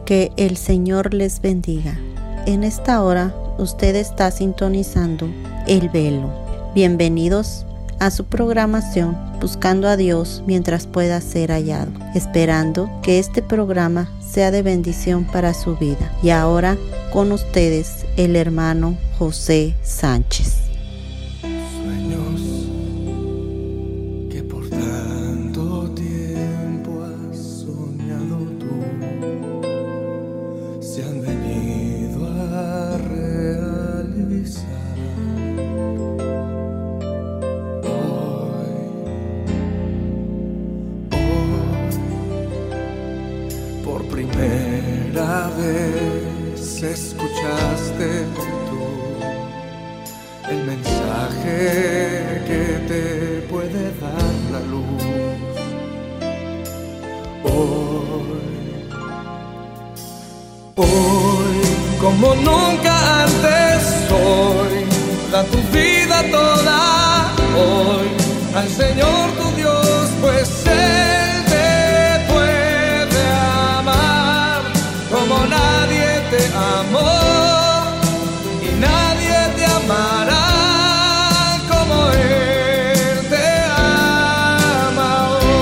Que el Señor les bendiga. En esta hora usted está sintonizando El Velo. Bienvenidos a su programación Buscando a Dios mientras pueda ser hallado, esperando que este programa sea de bendición para su vida. Y ahora con ustedes el hermano José Sánchez. Sueños que por tanto tiempo has soñado tú se han venido a realizar. Por primera vez escuchaste tú el mensaje que te puede dar la luz. Hoy, como nunca antes, hoy, da tu vida toda, hoy, al Señor tu Dios, pues Él te puede amar como nadie te amó, y nadie te amará como Él te ama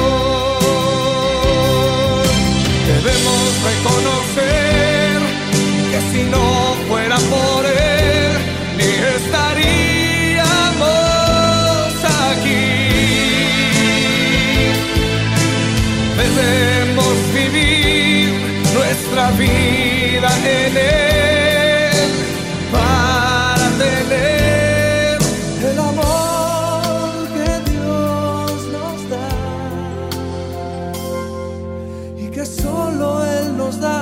hoy. Debemos reconocer que si no fuera por Él, ni estaríamos aquí. Debemos vivir nuestra vida en Él para tener el amor que Dios nos da y que solo Él nos da.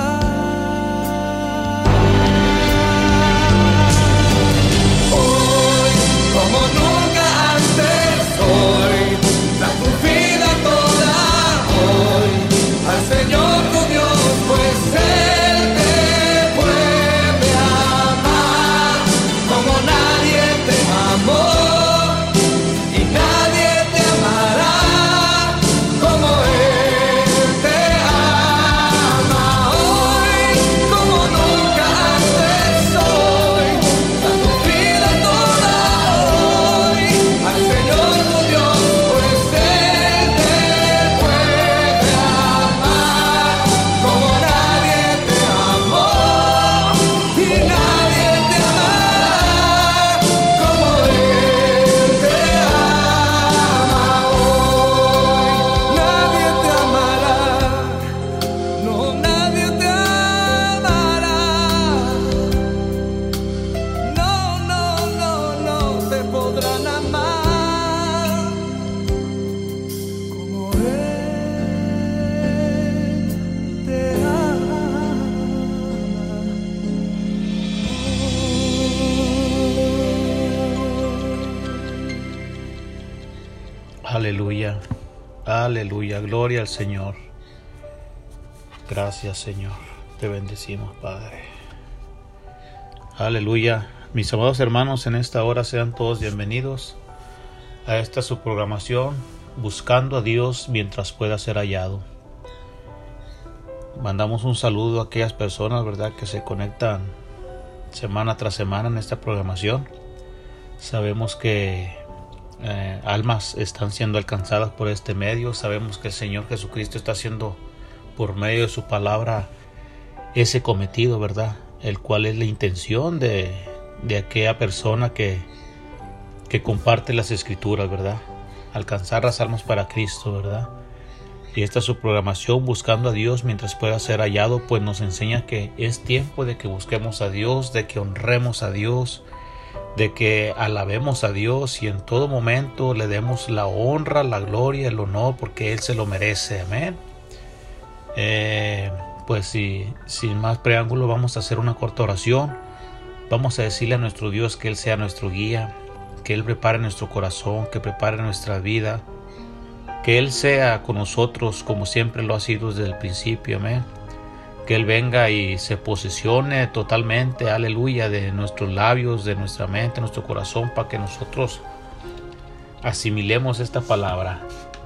Hoy, como nunca antes, hoy, da tu vida toda, hoy, al Señor tu Dios, pues Él te puede amar como nadie te amó, y nadie te amará como Él te ama hoy, como nunca antes, hoy, da tu vida toda, hoy, al Señor tu Dios, pues Él te puede amar como nadie te amó, y nadie te amará como Él te ama hoy. Nadie te amará, no, nadie te amará, no te podrán amar como Él te ama. Aleluya, aleluya, gloria al Señor. Gracias, Señor, te bendecimos, Padre. Aleluya. Mis amados hermanos, en esta hora sean todos bienvenidos a esta su programación Buscando a Dios mientras pueda ser hallado. Mandamos un saludo a aquellas personas, ¿verdad?, que se conectan semana tras semana en esta programación. Sabemos que almas están siendo alcanzadas por este medio. Sabemos que el Señor Jesucristo está haciendo por medio de su palabra ese cometido, ¿verdad?, el cual es la intención de aquella persona que comparte las escrituras, ¿verdad?, alcanzar las almas para Cristo, ¿verdad? Y esta es su programación Buscando a Dios mientras pueda ser hallado, pues nos enseña que es tiempo de que busquemos a Dios, de que honremos a Dios, de que alabemos a Dios y en todo momento le demos la honra, la gloria, el honor, porque Él se lo merece. Amén. Pues sin más preámbulo vamos a hacer una corta oración. Vamos a decirle a nuestro Dios que Él sea nuestro guía, que Él prepare nuestro corazón, que prepare nuestra vida, que Él sea con nosotros como siempre lo ha sido desde el principio. Amén. Que Él venga y se posesione totalmente, aleluya, de nuestros labios, de nuestra mente, nuestro corazón, para que nosotros asimilemos esta palabra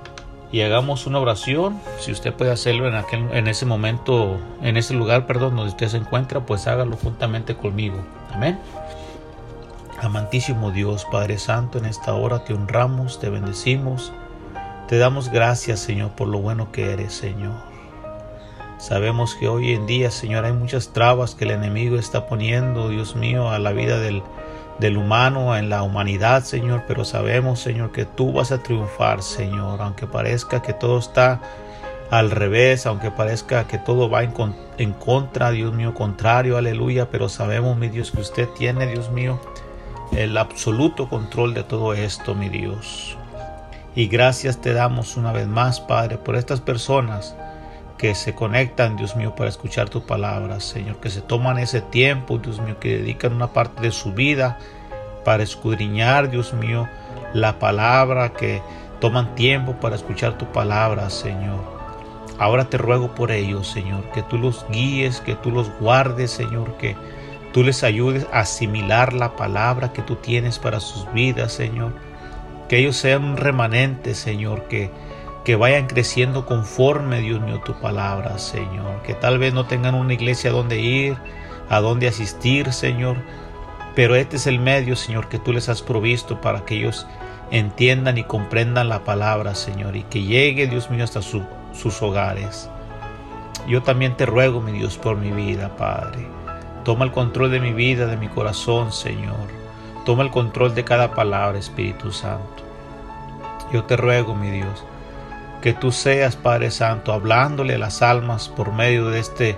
y hagamos una oración. Si usted puede hacerlo en ese momento, en ese lugar, donde usted se encuentra, pues hágalo juntamente conmigo. Amén. Amantísimo Dios, Padre Santo, en esta hora te honramos, te bendecimos, te damos gracias, Señor, por lo bueno que eres, Señor. Sabemos que hoy en día, Señor, hay muchas trabas que el enemigo está poniendo, Dios mío, a la vida del humano, en la humanidad, Señor, pero sabemos, Señor, que tú vas a triunfar, Señor, aunque parezca que todo está al revés, aunque parezca que todo va en contra, Dios mío, contrario, aleluya, pero sabemos, mi Dios, que usted tiene, Dios mío, el absoluto control de todo esto, mi Dios. Y gracias te damos una vez más, Padre, por estas personas que se conectan, Dios mío, para escuchar tu palabra, Señor, que se toman ese tiempo, Dios mío, que dedican una parte de su vida para escudriñar, Dios mío, la palabra, que toman tiempo para escuchar tu palabra, Señor. Ahora te ruego por ellos, Señor, que tú los guíes, que tú los guardes, Señor, que tú les ayudes a asimilar la palabra que tú tienes para sus vidas, Señor. Que ellos sean un remanente, Señor, que vayan creciendo conforme, Dios mío, tu palabra, Señor. Que tal vez no tengan una iglesia a donde ir, a donde asistir, Señor. Pero este es el medio, Señor, que tú les has provisto para que ellos entiendan y comprendan la palabra, Señor. Y que llegue, Dios mío, hasta sus hogares. Yo también te ruego, mi Dios, por mi vida, Padre. Toma el control de mi vida, de mi corazón, Señor. Toma el control de cada palabra, Espíritu Santo. Yo te ruego, mi Dios, que tú seas, Padre Santo, hablándole a las almas por medio de este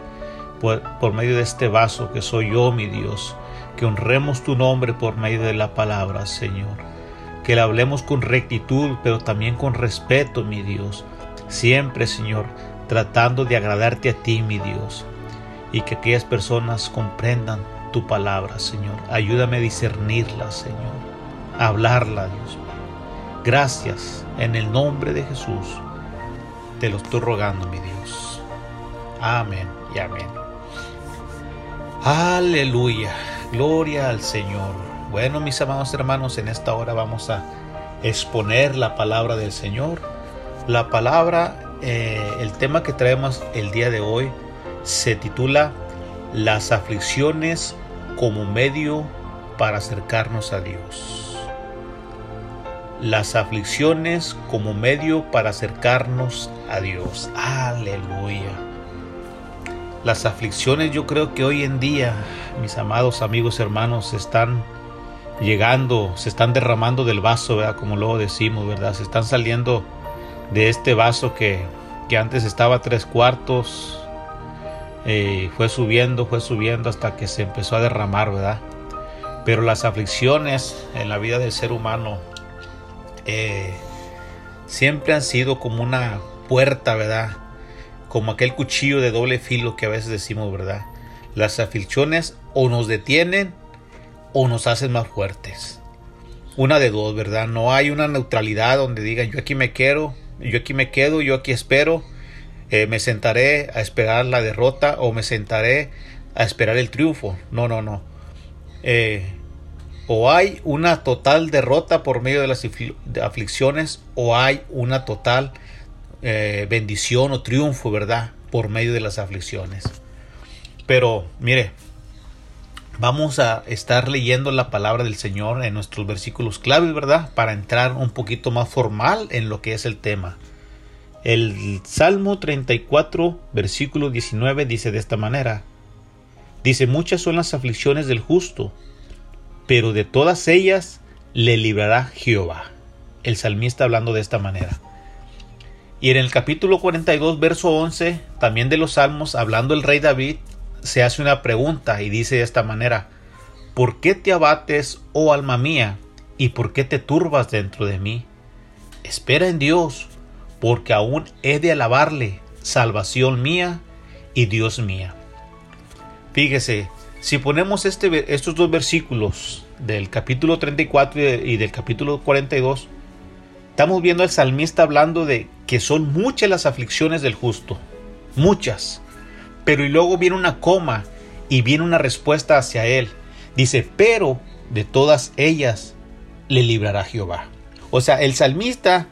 vaso que soy yo, mi Dios. Que honremos tu nombre por medio de la palabra, Señor. Que la hablemos con rectitud, pero también con respeto, mi Dios. Siempre, Señor, tratando de agradarte a ti, mi Dios. Y que aquellas personas comprendan tu palabra, Señor. Ayúdame a discernirla, Señor. A hablarla, Dios mío. Gracias, en el nombre de Jesús. Te lo estoy rogando, mi Dios. Amén y amén. Aleluya. Gloria al Señor. Bueno, mis amados hermanos, en esta hora vamos a exponer la palabra del Señor. La palabra, el tema que traemos el día de hoy se titula Las aflicciones como medio para acercarnos a Dios. Las aflicciones como medio para acercarnos a Dios. Aleluya. Las aflicciones, yo creo que hoy en día, mis amados amigos hermanos, se están llegando, se están derramando del vaso, ¿verdad? Como luego decimos, ¿verdad? Se están saliendo de este vaso que antes estaba a 3/4. Fue subiendo hasta que se empezó a derramar, ¿verdad? Pero las aflicciones en la vida del ser humano siempre han sido como una puerta, ¿verdad? Como aquel cuchillo de doble filo que a veces decimos, ¿verdad? Las aflicciones o nos detienen o nos hacen más fuertes. Una de dos, ¿verdad? No hay una neutralidad donde digan yo aquí me quedo, yo aquí espero. Me sentaré a esperar la derrota o me sentaré a esperar el triunfo. No. O hay una total derrota por medio de las aflicciones o hay una total bendición o triunfo, ¿verdad? Por medio de las aflicciones. Pero mire, vamos a estar leyendo la palabra del Señor en nuestros versículos claves, ¿verdad? Para entrar un poquito más formal en lo que es el tema. El Salmo 34, versículo 19 dice de esta manera. Dice, muchas son las aflicciones del justo, pero de todas ellas le librará Jehová. El salmista hablando de esta manera. Y en el capítulo 42, verso 11, también de los Salmos, hablando el rey David, se hace una pregunta y dice de esta manera. ¿Por qué te abates, oh alma mía, y por qué te turbas dentro de mí? Espera en Dios, porque aún he de alabarle, salvación mía y Dios mía. Fíjese, si ponemos estos dos versículos del capítulo 34 y del capítulo 42, estamos viendo al salmista hablando de que son muchas las aflicciones del justo, muchas, pero y luego viene una coma y viene una respuesta hacia él. Dice, pero de todas ellas le librará Jehová. O sea, el salmista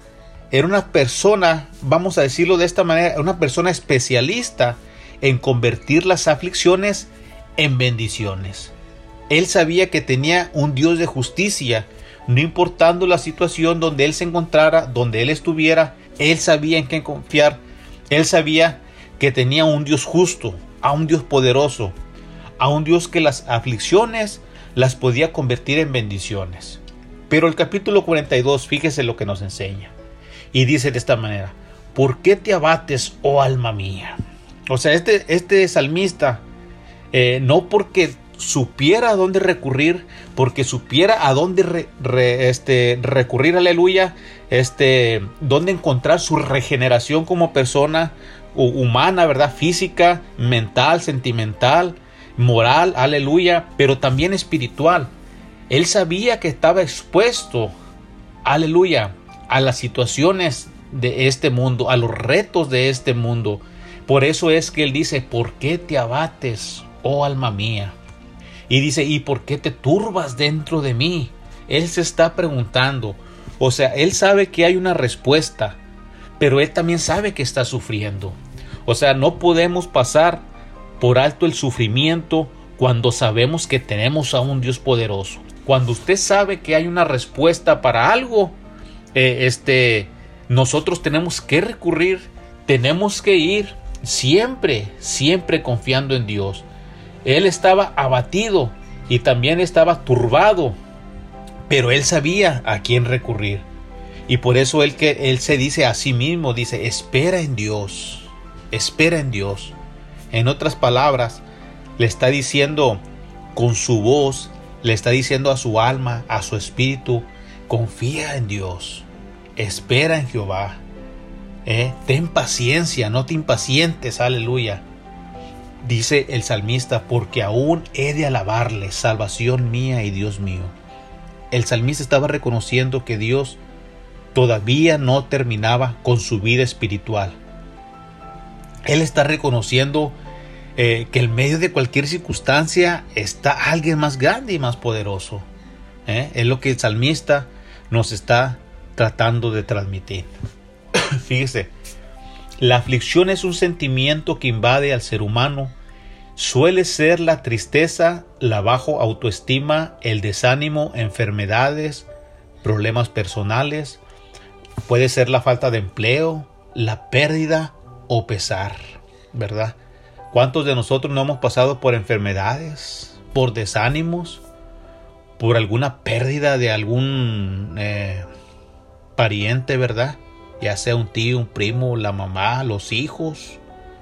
era una persona, vamos a decirlo de esta manera, una persona especialista en convertir las aflicciones en bendiciones. Él sabía que tenía un Dios de justicia, no importando la situación donde él se encontrara, donde él estuviera, él sabía en qué confiar. Él sabía que tenía un Dios justo, a un Dios poderoso, a un Dios que las aflicciones las podía convertir en bendiciones. Pero el capítulo 42, fíjese lo que nos enseña. Y dice de esta manera: ¿por qué te abates, oh alma mía? O sea, este salmista, no porque supiera a dónde recurrir, porque supiera a dónde recurrir, aleluya, dónde encontrar su regeneración como persona humana, ¿verdad? Física, mental, sentimental, moral, aleluya, pero también espiritual. Él sabía que estaba expuesto, aleluya, a las situaciones de este mundo, a los retos de este mundo. Por eso es que él dice: ¿por qué te abates, oh alma mía? Y dice: ¿y por qué te turbas dentro de mí? Él se está preguntando. O sea, él sabe que hay una respuesta, pero él también sabe que está sufriendo. O sea, no podemos pasar por alto el sufrimiento cuando sabemos que tenemos a un Dios poderoso. Cuando usted sabe que hay una respuesta para algo, nosotros tenemos que recurrir, tenemos que ir siempre confiando en Dios. Él estaba abatido y también estaba turbado, pero él sabía a quién recurrir. Y por eso él se dice a sí mismo, dice: espera en Dios, espera en Dios. En otras palabras, le está diciendo con su voz, le está diciendo a su alma, a su espíritu: confía en Dios, espera en Jehová. Ten paciencia, no te impacientes, aleluya. Dice el salmista: porque aún he de alabarle, salvación mía y Dios mío. El salmista estaba reconociendo que Dios todavía no terminaba con su vida espiritual. Él está reconociendo que en medio de cualquier circunstancia está alguien más grande y más poderoso. Es lo que el salmista nos está tratando de transmitir. Fíjese, la aflicción es un sentimiento que invade al ser humano. Suele ser la tristeza, la baja autoestima, el desánimo, enfermedades, problemas personales. Puede ser la falta de empleo, la pérdida o pesar, ¿verdad? ¿Cuántos de nosotros no hemos pasado por enfermedades, por desánimos, por alguna pérdida de algún pariente, ¿verdad? Ya sea un tío, un primo, la mamá, los hijos.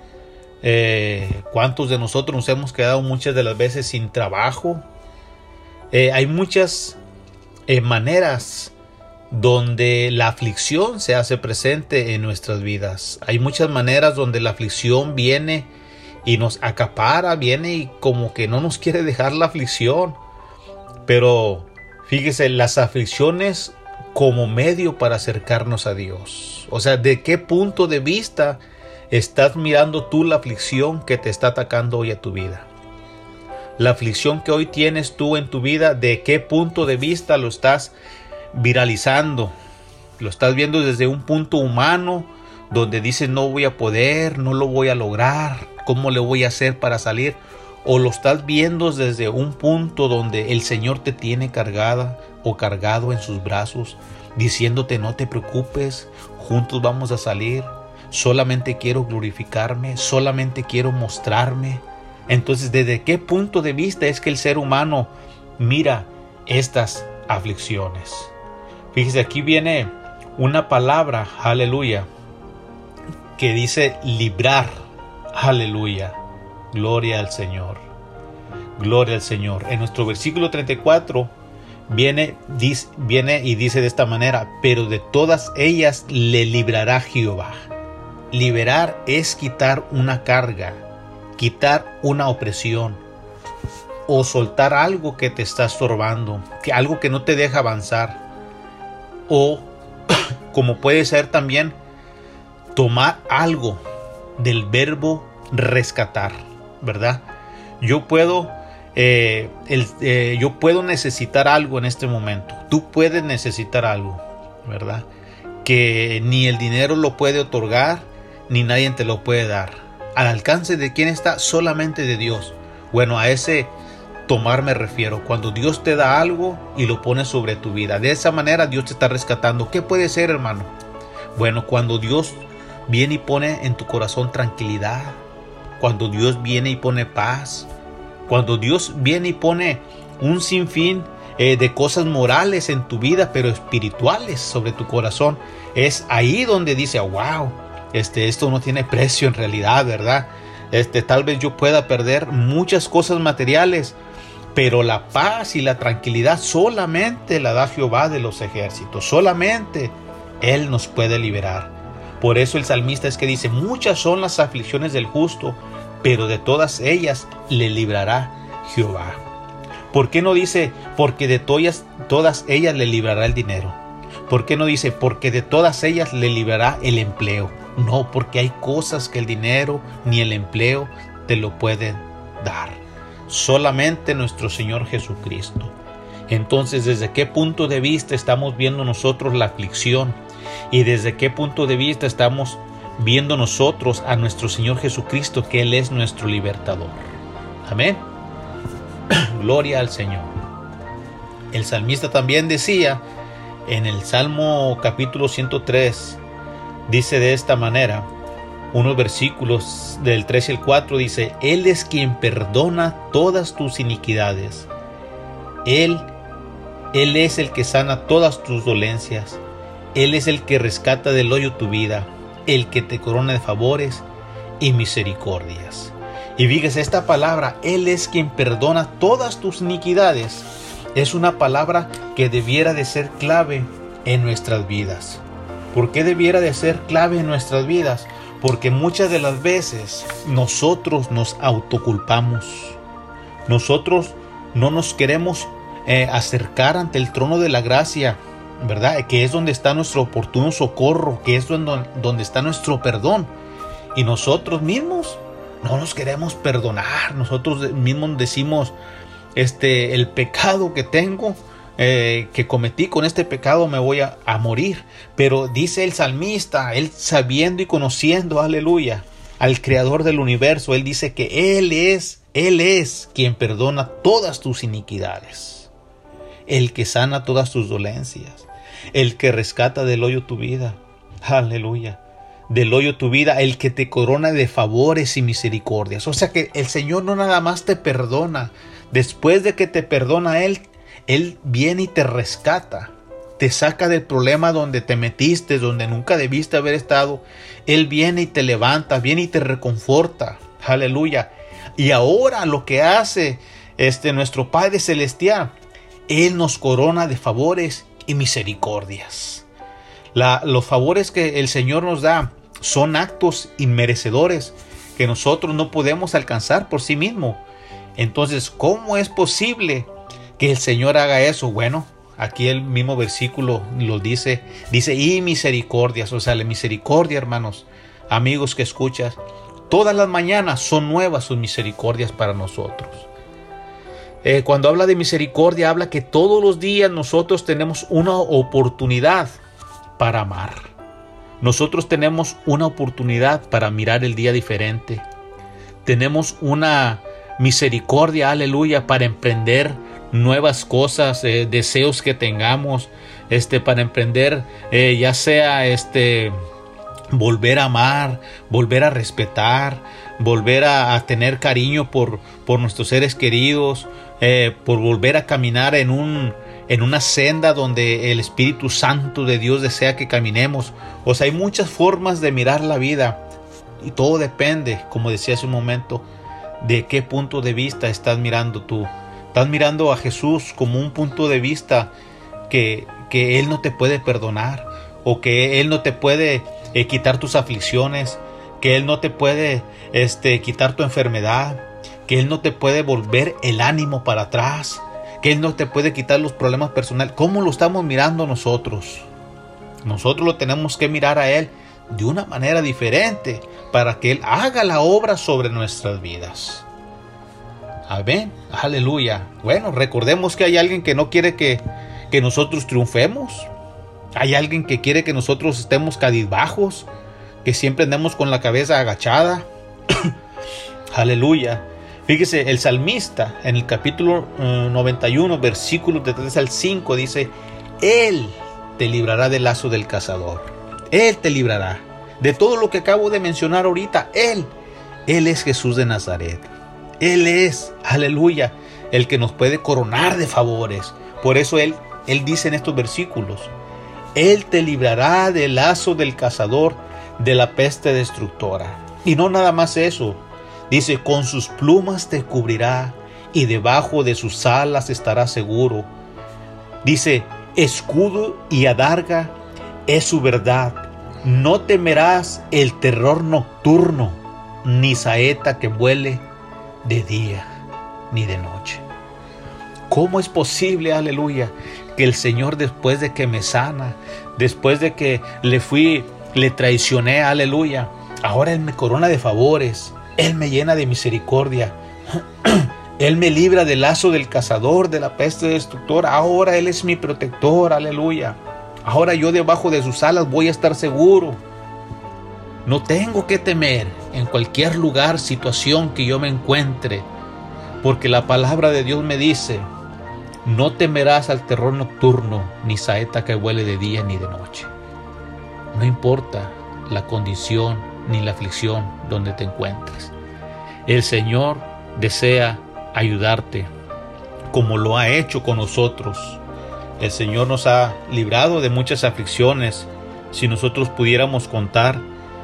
¿Cuántos de nosotros nos hemos quedado muchas de las veces sin trabajo? Hay muchas maneras donde la aflicción se hace presente en nuestras vidas. Hay muchas maneras donde la aflicción viene y nos acapara, viene y como que no nos quiere dejar la aflicción. Pero fíjese, las aflicciones como medio para acercarnos a Dios. O sea, ¿de qué punto de vista estás mirando tú la aflicción que te está atacando hoy a tu vida? La aflicción que hoy tienes tú en tu vida, ¿de qué punto de vista lo estás viralizando? ¿Lo estás viendo desde un punto humano donde dices: no voy a poder, no lo voy a lograr, cómo le voy a hacer para salir? ¿O lo estás viendo desde un punto donde el Señor te tiene cargada o cargado en sus brazos, diciéndote: no te preocupes, juntos vamos a salir, solamente quiero glorificarme, solamente quiero mostrarme? Entonces, ¿desde qué punto de vista es que el ser humano mira estas aflicciones? Fíjese, aquí viene una palabra, aleluya, que dice librar, aleluya. Gloria al Señor. Gloria al Señor. En nuestro versículo 34 viene y dice de esta manera: pero de todas ellas le librará Jehová. Liberar es quitar una carga, quitar una opresión o soltar algo que te está estorbando, algo que no te deja avanzar. O como puede ser también tomar algo del verbo rescatar, ¿verdad? Yo puedo necesitar algo en este momento. Tú puedes necesitar algo, ¿verdad? que ni el dinero lo puede otorgar, ni nadie te lo puede dar. Al alcance de quién está, solamente de Dios. Bueno, a ese tomar me refiero, cuando Dios te da algo y lo pone sobre tu vida. De esa manera Dios te está rescatando. ¿Qué puede ser, hermano? Bueno, cuando Dios viene y pone en tu corazón tranquilidad, cuando Dios viene y pone paz, cuando Dios viene y pone un sinfín de cosas morales en tu vida, pero espirituales sobre tu corazón, es ahí donde dice, wow, esto no tiene precio en realidad, ¿verdad? Tal vez yo pueda perder muchas cosas materiales, pero la paz y la tranquilidad solamente la da Jehová de los ejércitos. Solamente Él nos puede liberar. Por eso el salmista es que dice, muchas son las aflicciones del justo, pero de todas ellas le librará Jehová. ¿Por qué no dice, porque de todas ellas le librará el dinero? ¿Por qué no dice, porque de todas ellas le librará el empleo? No, porque hay cosas que el dinero ni el empleo te lo pueden dar. Solamente nuestro Señor Jesucristo. Entonces, ¿desde qué punto de vista estamos viendo nosotros la aflicción? ¿Y desde qué punto de vista estamos viendo nosotros a nuestro Señor Jesucristo, que Él es nuestro libertador? Amén. Gloria al Señor. El salmista también decía en el Salmo capítulo 103, dice de esta manera, unos versículos del 3 y el 4, dice, Él es quien perdona todas tus iniquidades. Él es el que sana todas tus dolencias. Él es el que rescata del hoyo tu vida, el que te corona de favores y misericordias. Y fíjese, esta palabra, Él es quien perdona todas tus iniquidades, es una palabra que debiera de ser clave en nuestras vidas. ¿Por qué debiera de ser clave en nuestras vidas? Porque muchas de las veces nosotros nos autoculpamos. Nosotros no nos queremos acercar ante el trono de la gracia, ¿verdad? Que es donde está nuestro oportuno socorro, que es donde está nuestro perdón. Y nosotros mismos no nos queremos perdonar. Nosotros mismos decimos, el pecado que tengo, que cometí, con este pecado me voy a morir. Pero dice el salmista, él sabiendo y conociendo, aleluya, al creador del universo, él dice que Él es quien perdona todas tus iniquidades, el que sana todas tus dolencias, el que rescata del hoyo tu vida, aleluya, del hoyo tu vida, el que te corona de favores y misericordias. O sea que el Señor no nada más te perdona, después de que te perdona Él viene y te rescata, te saca del problema donde te metiste, donde nunca debiste haber estado. Él viene y te levanta, viene y te reconforta, aleluya. Y ahora lo que hace nuestro Padre Celestial, Él nos corona de favores y misericordias. Los favores que el Señor nos da son actos inmerecedores que nosotros no podemos alcanzar por sí mismo. Entonces, ¿cómo es posible que el Señor haga eso? Bueno, aquí el mismo versículo lo dice y misericordias. O sea, la misericordia, hermanos, amigos que escuchas, todas las mañanas son nuevas sus misericordias para nosotros. Cuando habla de misericordia, habla que todos los días nosotros tenemos una oportunidad para amar. Nosotros tenemos una oportunidad para mirar el día diferente. Tenemos una misericordia, aleluya, para emprender nuevas cosas, deseos que tengamos, para emprender, ya sea volver a amar, volver a respetar, volver a tener cariño por nuestros seres queridos, por volver a caminar en una senda donde el Espíritu Santo de Dios desea que caminemos. O sea, hay muchas formas de mirar la vida y todo depende, como decía hace un momento, de qué punto de vista estás mirando tú. ¿Estás mirando a Jesús como un punto de vista que Él no te puede perdonar, o que Él no te puede quitar tus aflicciones, que Él no te puede quitar tu enfermedad, que Él no te puede volver el ánimo para atrás, que Él no te puede quitar los problemas personales? ¿Cómo lo estamos mirando nosotros? Nosotros lo tenemos que mirar a Él de una manera diferente para que Él haga la obra sobre nuestras vidas. Amén, aleluya. Bueno, recordemos que hay alguien que no quiere que nosotros triunfemos. Hay alguien que quiere que nosotros estemos cabizbajos, que siempre andemos con la cabeza agachada. Aleluya. Fíjese, el salmista en el capítulo 91, versículos de 3 al 5 dice: Él te librará del lazo del cazador. Él te librará de todo lo que acabo de mencionar ahorita. Él es Jesús de Nazaret. Él es, aleluya, el que nos puede coronar de favores. Por eso Él dice en estos versículos: Él te librará del lazo del cazador, de la peste destructora. Y no nada más eso. Dice: con sus plumas te cubrirá y debajo de sus alas estarás seguro. Dice: escudo y adarga es su verdad. No temerás el terror nocturno, ni saeta que vuele de día ni de noche. ¿Cómo es posible, aleluya, que el Señor, después de que me sana, después de que le traicioné, aleluya, ahora Él me corona de favores, Él me llena de misericordia, Él me libra del lazo del cazador, de la peste destructora, ahora Él es mi protector, aleluya, ahora yo debajo de sus alas voy a estar seguro, no tengo que temer en cualquier lugar, situación que yo me encuentre, porque la palabra de Dios me dice: no temerás al terror nocturno, ni saeta que vuele de día ni de noche. No importa la condición ni la aflicción donde te encuentres. El Señor desea ayudarte como lo ha hecho con nosotros. El Señor nos ha librado de muchas aflicciones. Si nosotros pudiéramos contar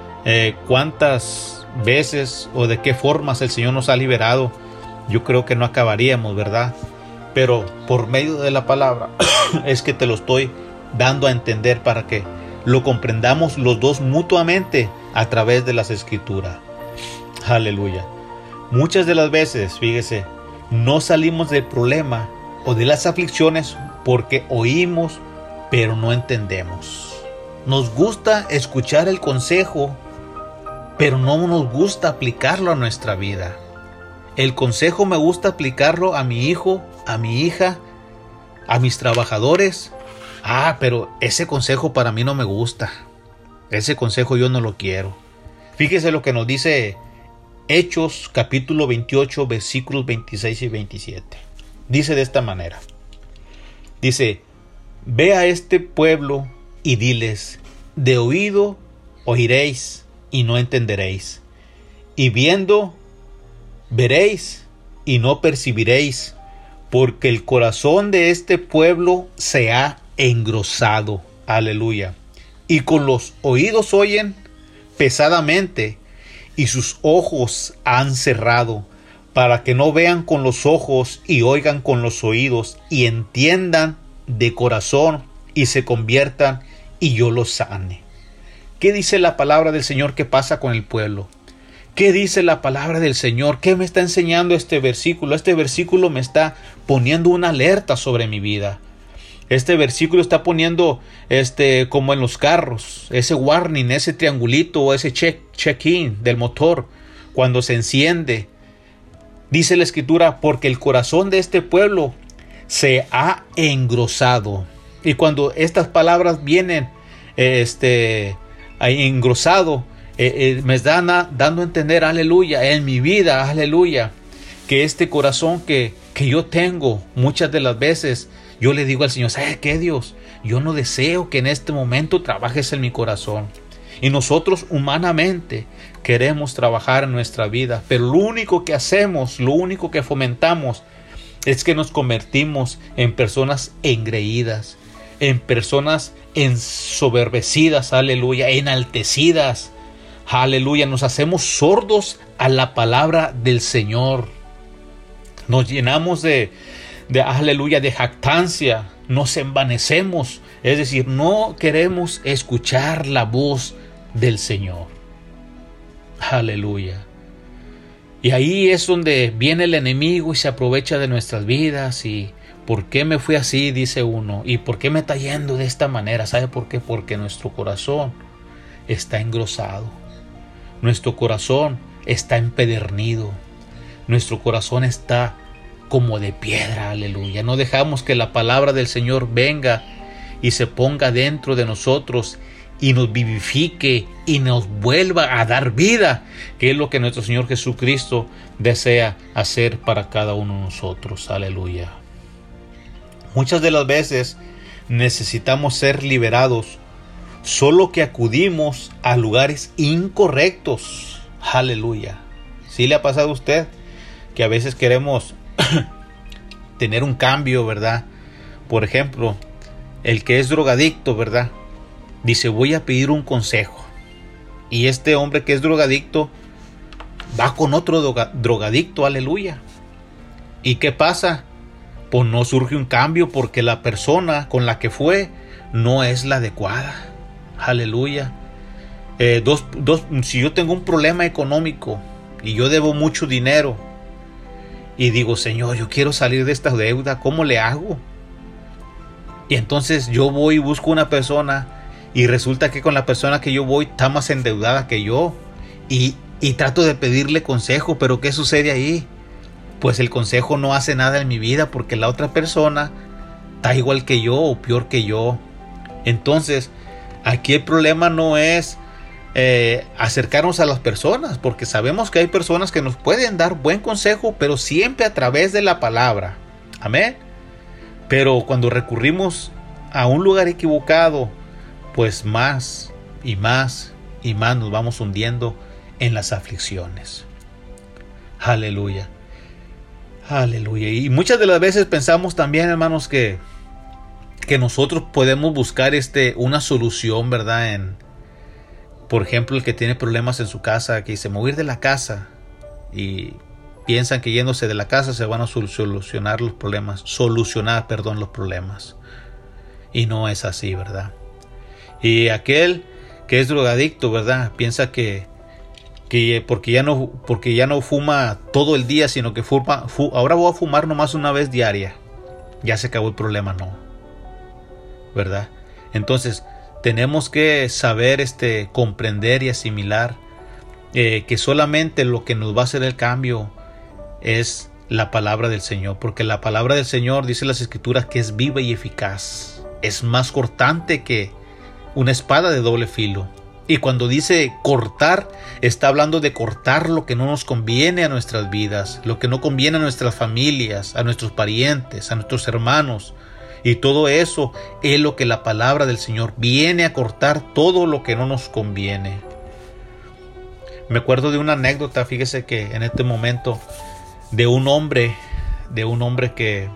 cuántas veces o de qué formas el Señor nos ha liberado, yo creo que no acabaríamos, ¿verdad? Pero por medio de la palabra es que te lo estoy dando a entender para que lo comprendamos los dos mutuamente a través de las Escrituras. Aleluya. Muchas de las veces, fíjese, no salimos del problema o de las aflicciones porque oímos, pero no entendemos. Nos gusta escuchar el consejo, pero no nos gusta aplicarlo a nuestra vida. El consejo me gusta aplicarlo a mi hijo, a mi hija, a mis trabajadores. Pero ese consejo para mí no me gusta. Ese consejo yo no lo quiero. Fíjese lo que nos dice Hechos capítulo 28 versículos 26 y 27. Dice de esta manera. Dice: ve a este pueblo y diles: de oído oiréis y no entenderéis, y viendo veréis y no percibiréis, porque el corazón de este pueblo se ha engrosado. Aleluya. Y con los oídos oyen pesadamente, y sus ojos han cerrado, para que no vean con los ojos y oigan con los oídos, y entiendan de corazón y se conviertan, y yo los sane. ¿Qué dice la palabra del Señor que pasa con el pueblo? ¿Qué dice la palabra del Señor? ¿Qué me está enseñando este versículo? Este versículo me está poniendo una alerta sobre mi vida. Este versículo está poniendo como en los carros, ese warning, ese triangulito o ese check-in del motor cuando se enciende. Dice la Escritura: porque el corazón de este pueblo se ha engrosado. Y cuando estas palabras vienen engrosado, me están dando a entender, aleluya, en mi vida, aleluya, que este corazón que yo tengo, muchas de las veces yo le digo al Señor: ¿sabes qué, Dios? Yo no deseo que en este momento trabajes en mi corazón. Y nosotros humanamente queremos trabajar en nuestra vida, pero lo único que hacemos, lo único que fomentamos es que nos convertimos en personas engreídas, en personas ensoberbecidas, aleluya, enaltecidas, aleluya. Nos hacemos sordos a la palabra del Señor. Nos llenamos de aleluya, de jactancia, nos envanecemos, es decir, no queremos escuchar la voz del Señor. Aleluya. Y ahí es donde viene el enemigo y se aprovecha de nuestras vidas. Y ¿por qué me fui así?, dice uno. ¿Y por qué me está yendo de esta manera? ¿Sabe por qué? Porque nuestro corazón está engrosado. Nuestro corazón está empedernido. Nuestro corazón está como de piedra, aleluya. No dejamos que la palabra del Señor venga y se ponga dentro de nosotros y nos vivifique y nos vuelva a dar vida, que es lo que nuestro Señor Jesucristo desea hacer para cada uno de nosotros. Aleluya. Muchas de las veces necesitamos ser liberados, solo que acudimos a lugares incorrectos. Aleluya. ¿Sí le ha pasado a usted que a veces queremos tener un cambio, verdad? Por ejemplo, el que es drogadicto, ¿verdad? Dice, voy a pedir un consejo. Y este hombre que es drogadicto va con otro drogadicto, aleluya. ¿Y qué pasa? Pues no surge un cambio porque la persona con la que fue no es la adecuada. Aleluya. Si yo tengo un problema económico y yo debo mucho dinero y digo, Señor, yo quiero salir de esta deuda, ¿cómo le hago? Y entonces yo voy y busco una persona y resulta que con la persona que yo voy está más endeudada que yo y trato de pedirle consejo, pero ¿qué sucede ahí? Pues el consejo no hace nada en mi vida porque la otra persona está igual que yo o peor que yo. Entonces aquí el problema no es acercarnos a las personas, porque sabemos que hay personas que nos pueden dar buen consejo, pero siempre a través de la palabra. Amén. Pero cuando recurrimos a un lugar equivocado, pues más y más y más nos vamos hundiendo en las aflicciones. Aleluya. Aleluya. Y muchas de las veces pensamos también, hermanos, que nosotros podemos buscar una solución, ¿verdad? Por ejemplo, el que tiene problemas en su casa, que dice, me voy a ir de la casa, y piensan que yéndose de la casa se van a solucionar los problemas, los problemas. Y no es así, ¿verdad? Y aquel que es drogadicto, ¿verdad? Piensa que porque ya no fuma todo el día, sino que ahora voy a fumar nomás una vez diaria. Ya se acabó el problema, no. ¿Verdad? Entonces, tenemos que saber comprender y asimilar que solamente lo que nos va a hacer el cambio es la palabra del Señor, porque la palabra del Señor, dice las Escrituras, que es viva y eficaz, es más cortante que una espada de doble filo. Y cuando dice cortar, está hablando de cortar lo que no nos conviene a nuestras vidas, lo que no conviene a nuestras familias, a nuestros parientes, a nuestros hermanos. Y todo eso es lo que la palabra del Señor viene a cortar, todo lo que no nos conviene. Me acuerdo de una anécdota, fíjese que en este momento, de un hombre que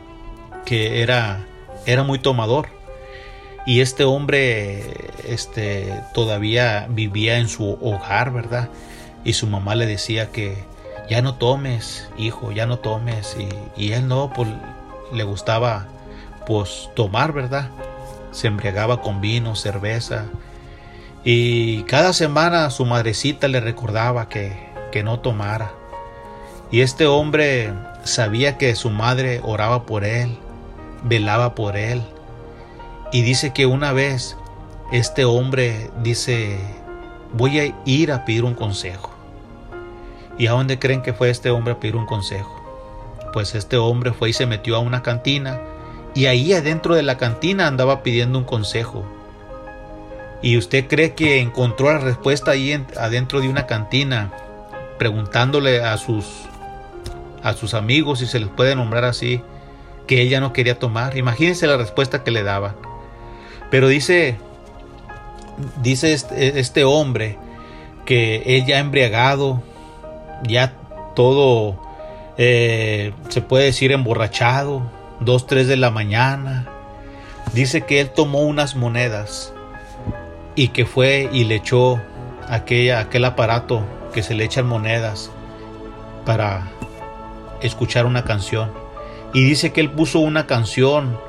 era muy tomador. Y este hombre todavía vivía en su hogar, ¿verdad? Y su mamá le decía que ya no tomes, hijo, ya no tomes. Y él no, pues le gustaba pues tomar, ¿verdad? Se embriagaba con vino, cerveza. Y cada semana su madrecita le recordaba que no tomara. Y este hombre sabía que su madre oraba por él, velaba por él. Y dice que una vez este hombre dice, voy a ir a pedir un consejo. ¿Y a dónde creen que fue este hombre a pedir un consejo? Pues este hombre fue y se metió a una cantina, y ahí adentro de la cantina andaba pidiendo un consejo. ¿Y usted cree que encontró la respuesta ahí adentro de una cantina, preguntándole a sus amigos, si se les puede nombrar así, que ella no quería tomar? Imagínense la respuesta que le daban. Pero dice este hombre que él ya embriagado, ya todo se puede decir emborrachado, 2, 3 de la mañana. Dice que él tomó unas monedas y que fue y le echó aquel aparato que se le echan monedas para escuchar una canción. Y dice que él puso una canción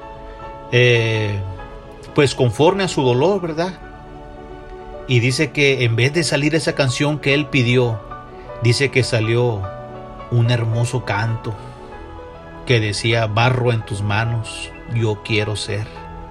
pues conforme a su dolor, ¿verdad? Y dice que en vez de salir esa canción que él pidió, dice que salió un hermoso canto que decía, barro en tus manos, yo quiero ser.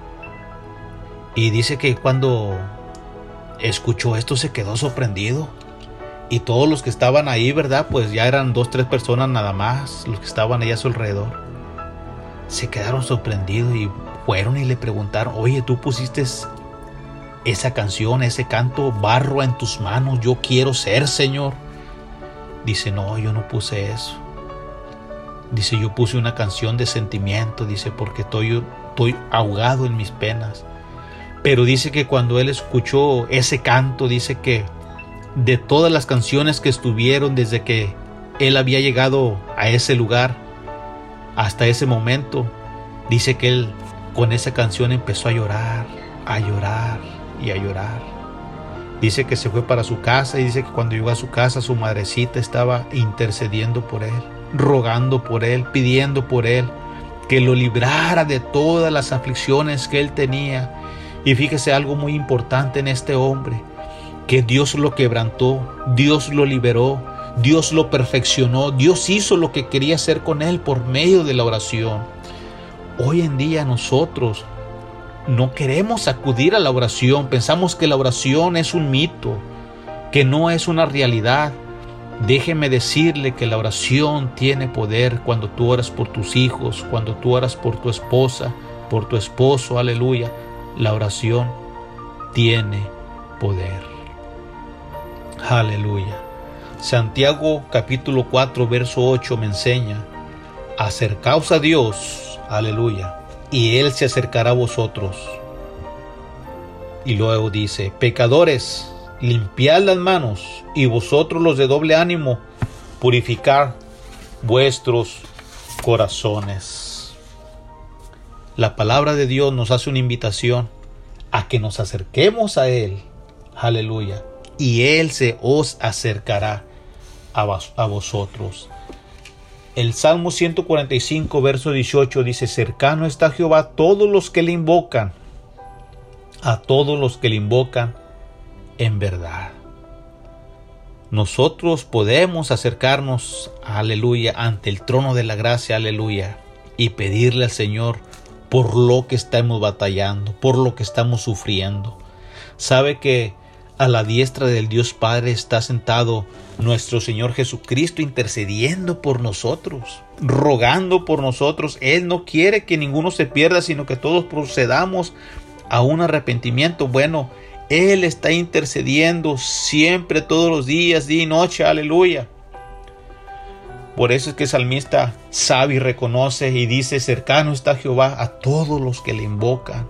Y dice que cuando escuchó esto se quedó sorprendido. Y todos los que estaban ahí, ¿verdad? Pues ya eran 2, 3 personas nada más, los que estaban ahí a su alrededor. Se quedaron sorprendidos y fueron y le preguntaron, oye, tú pusiste esa canción, ese canto, barro en tus manos, yo quiero ser, Señor. Dice, no, yo no puse eso. Dice, yo puse una canción de sentimiento, dice, porque estoy ahogado en mis penas. Pero dice que cuando él escuchó ese canto, dice que de todas las canciones que estuvieron desde que él había llegado a ese lugar hasta ese momento, dice que él con esa canción empezó a llorar, a llorar y a llorar. Dice que se fue para su casa y dice que cuando llegó a su casa su madrecita estaba intercediendo por él, rogando por él, pidiendo por él que lo librara de todas las aflicciones que él tenía. Y fíjese algo muy importante en este hombre, que Dios lo quebrantó, Dios lo liberó, Dios lo perfeccionó, Dios hizo lo que quería hacer con él por medio de la oración. Hoy en día nosotros no queremos acudir a la oración, pensamos que la oración es un mito, que no es una realidad. Déjeme decirle que la oración tiene poder cuando tú oras por tus hijos, cuando tú oras por tu esposa, por tu esposo, aleluya. La oración tiene poder. Aleluya. Santiago capítulo 4 verso 8 me enseña: acercaos a Dios, aleluya, y Él se acercará a vosotros. Y luego dice: pecadores, limpiad las manos, y vosotros los de doble ánimo, purificad vuestros corazones. La palabra de Dios nos hace una invitación a que nos acerquemos a Él, aleluya, y Él se os acercará a vosotros. El Salmo 145 verso 18 dice: cercano está Jehová a todos los que le invocan, a todos los que le invocan en verdad. Nosotros podemos acercarnos, aleluya, ante el trono de la gracia, aleluya, y pedirle al Señor por lo que estamos batallando, por lo que estamos sufriendo. Sabe que a la diestra del Dios Padre está sentado nuestro Señor Jesucristo, intercediendo por nosotros, rogando por nosotros. Él no quiere que ninguno se pierda, sino que todos procedamos a un arrepentimiento. Bueno, Él está intercediendo siempre, todos los días, día y noche, aleluya. Por eso es que el salmista sabe y reconoce y dice: cercano está Jehová a todos los que le invocan.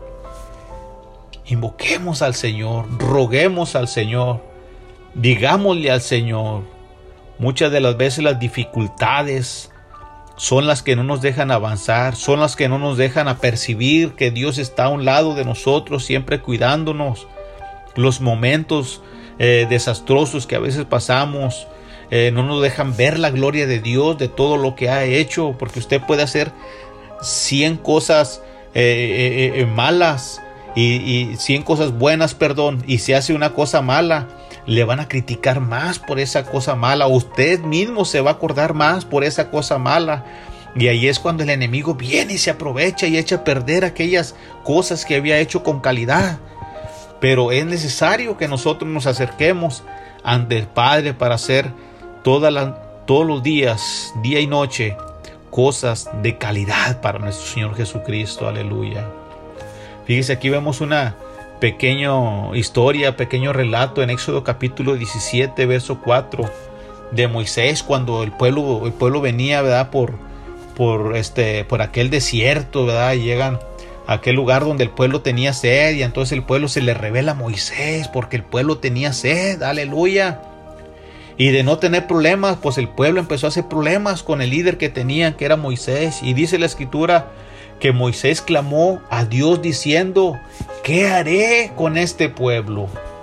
Invoquemos al Señor, roguemos al Señor, digámosle al Señor. Muchas de las veces las dificultades son las que no nos dejan avanzar, son las que no nos dejan apercibir que Dios está a un lado de nosotros, siempre cuidándonos. Los momentos desastrosos que a veces pasamos no nos dejan ver la gloria de Dios, de todo lo que ha hecho, porque usted puede hacer 100 cosas malas y 100 cosas buenas, perdón, y si hace una cosa mala, le van a criticar más por esa cosa mala, usted mismo se va a acordar más por esa cosa mala, y ahí es cuando el enemigo viene y se aprovecha y echa a perder aquellas cosas que había hecho con calidad. Pero es necesario que nosotros nos acerquemos ante el Padre para hacer todos los días, día y noche, cosas de calidad para nuestro Señor Jesucristo, aleluya. Fíjese, aquí vemos una pequeña historia, pequeño relato en Éxodo capítulo 17, verso 4, de Moisés, cuando el pueblo venía, ¿verdad?, por aquel desierto, ¿verdad?, y llegan a aquel lugar donde el pueblo tenía sed, y entonces el pueblo se le revela a Moisés porque el pueblo tenía sed, aleluya. Y de no tener problemas, pues el pueblo empezó a hacer problemas con el líder que tenían, que era Moisés. Y dice la escritura que Moisés clamó a Dios diciendo: ¿qué haré con este pueblo?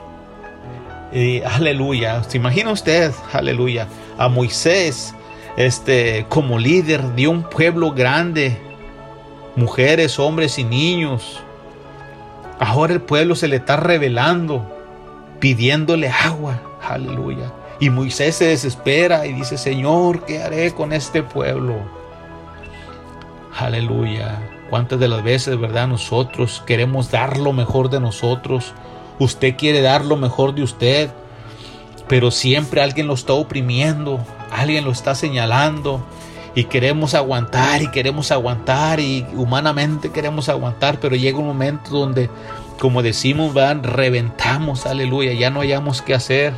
Aleluya. ¿Se imagina usted, aleluya, a Moisés como líder de un pueblo grande, mujeres, hombres y niños? Ahora el pueblo se le está rebelando, pidiéndole agua, aleluya. Y Moisés se desespera y dice: Señor, ¿qué haré con este pueblo? Aleluya. ¿Cuántas de las veces, verdad, nosotros queremos dar lo mejor de nosotros? Usted quiere dar lo mejor de usted, pero siempre alguien lo está oprimiendo, alguien lo está señalando. y queremos aguantar y humanamente queremos aguantar, pero llega un momento donde, como decimos, ¿verdad?, reventamos, aleluya, ya no hayamos qué hacer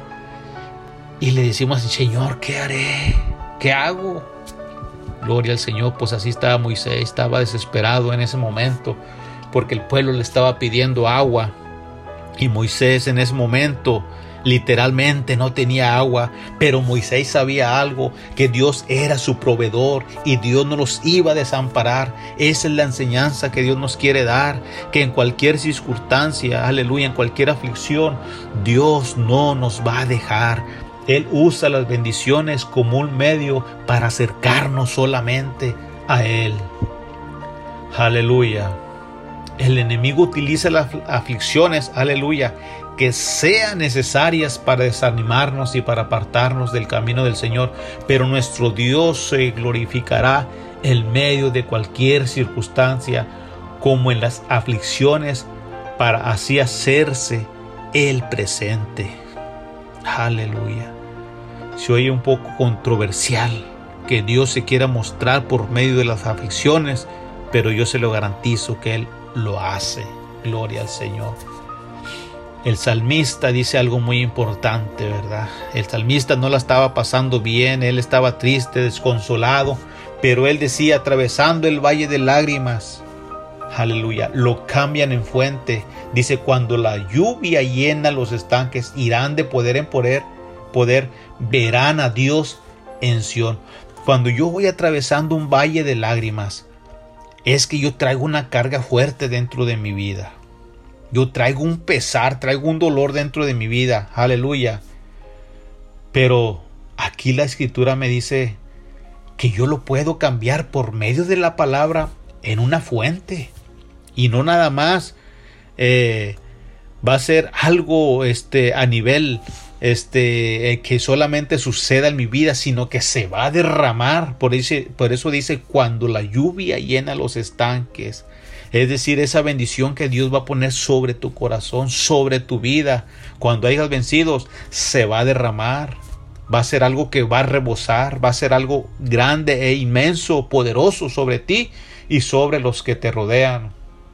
y le decimos: Señor, ¿qué haré? ¿Qué hago? Gloria al Señor. Pues así estaba Moisés, estaba desesperado en ese momento porque el pueblo le estaba pidiendo agua y Moisés en ese momento literalmente no tenía agua, pero Moisés sabía algo, que Dios era su proveedor y Dios no los iba a desamparar. Esa es la enseñanza que Dios nos quiere dar, que en cualquier circunstancia, aleluya, en cualquier aflicción, Dios no nos va a dejar. Él usa las bendiciones como un medio para acercarnos solamente a Él. Aleluya. El enemigo utiliza las aflicciones, aleluya, que sean necesarias para desanimarnos y para apartarnos del camino del Señor. Pero nuestro Dios se glorificará en medio de cualquier circunstancia, como en las aflicciones, para así hacerse el presente. Aleluya. Se oye un poco controversial que Dios se quiera mostrar por medio de las aflicciones, pero yo se lo garantizo que Él lo hace. Gloria al Señor. El salmista dice algo muy importante, ¿verdad? El salmista no la estaba pasando bien, él estaba triste, desconsolado, pero él decía: atravesando el valle de lágrimas, aleluya, lo cambian en fuente. Dice: cuando la lluvia llena los estanques, irán de poder en poder, verán a Dios en Sión. Cuando yo voy atravesando un valle de lágrimas, es que yo traigo una carga fuerte dentro de mi vida. Yo traigo un pesar, traigo un dolor dentro de mi vida. Aleluya. Pero aquí la Escritura me dice que yo lo puedo cambiar por medio de la palabra en una fuente. Y no nada más va a ser algo a nivel que solamente suceda en mi vida, sino que se va a derramar. Por eso dice: cuando la lluvia llena los estanques. Es decir, esa bendición que Dios va a poner sobre tu corazón, sobre tu vida, cuando hayas vencido, se va a derramar. Va a ser algo que va a rebosar, va a ser algo grande e inmenso, poderoso sobre ti y sobre los que te rodean.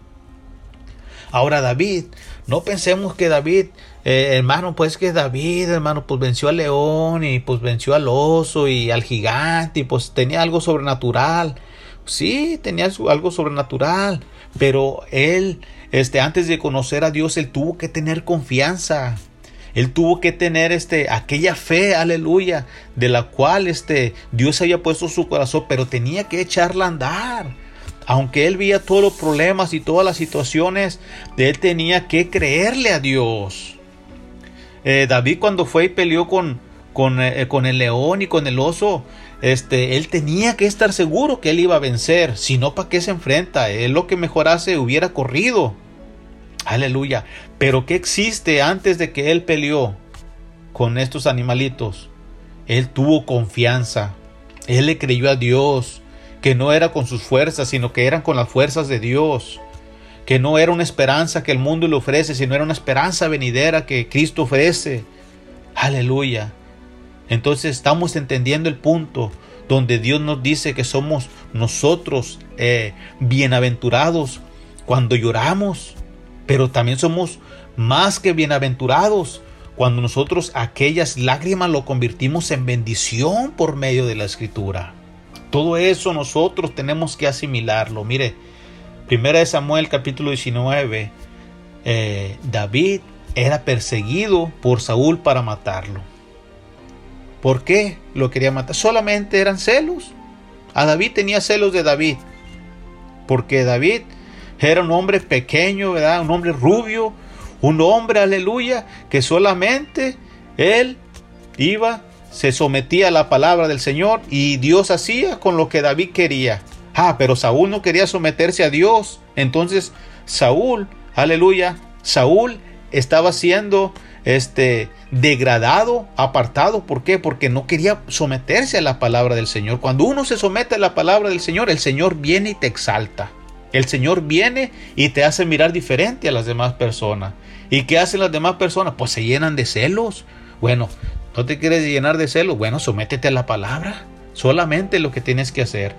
Ahora David, no pensemos que David, hermano, pues venció al león y pues venció al oso y al gigante y pues tenía algo sobrenatural. Sí, tenía algo sobrenatural, pero él, antes de conocer a Dios, él tuvo que tener confianza. Él tuvo que tener aquella fe, aleluya, de la cual Dios había puesto su corazón, pero tenía que echarla a andar. Aunque él veía todos los problemas y todas las situaciones, él tenía que creerle a Dios. David, cuando fue y peleó con el león y con el oso, él tenía que estar seguro que él iba a vencer. Si no, ¿para qué se enfrenta? Él lo que mejor hace, hubiera corrido. Aleluya. Pero ¿qué existe antes de que él peleó con estos animalitos? Él tuvo confianza. Él le creyó a Dios, que no era con sus fuerzas, sino que eran con las fuerzas de Dios. Que no era una esperanza que el mundo le ofrece, sino era una esperanza venidera que Cristo ofrece. Aleluya. Entonces estamos entendiendo el punto donde Dios nos dice que somos nosotros bienaventurados cuando lloramos, pero también somos más que bienaventurados cuando nosotros aquellas lágrimas lo convertimos en bendición por medio de la Escritura. Todo eso nosotros tenemos que asimilarlo. Mire, 1 Samuel capítulo 19, David era perseguido por Saúl para matarlo. ¿Por qué lo quería matar? Solamente eran celos. A David tenía celos de David, porque David era un hombre pequeño, ¿verdad? Un hombre rubio, un hombre, aleluya, que solamente él se sometía a la palabra del Señor y Dios hacía con lo que David quería. Pero Saúl no quería someterse a Dios. Entonces Saúl, aleluya, Saúl estaba siendo degradado, apartado. ¿Por qué? Porque no quería someterse a la palabra del Señor. Cuando uno se somete a la palabra del Señor, el Señor viene y te exalta. El Señor viene y te hace mirar diferente a las demás personas. ¿Y qué hacen las demás personas? Pues se llenan de celos. Bueno, ¿no te quieres llenar de celos? Bueno, sométete a la palabra. Solamente lo que tienes que hacer.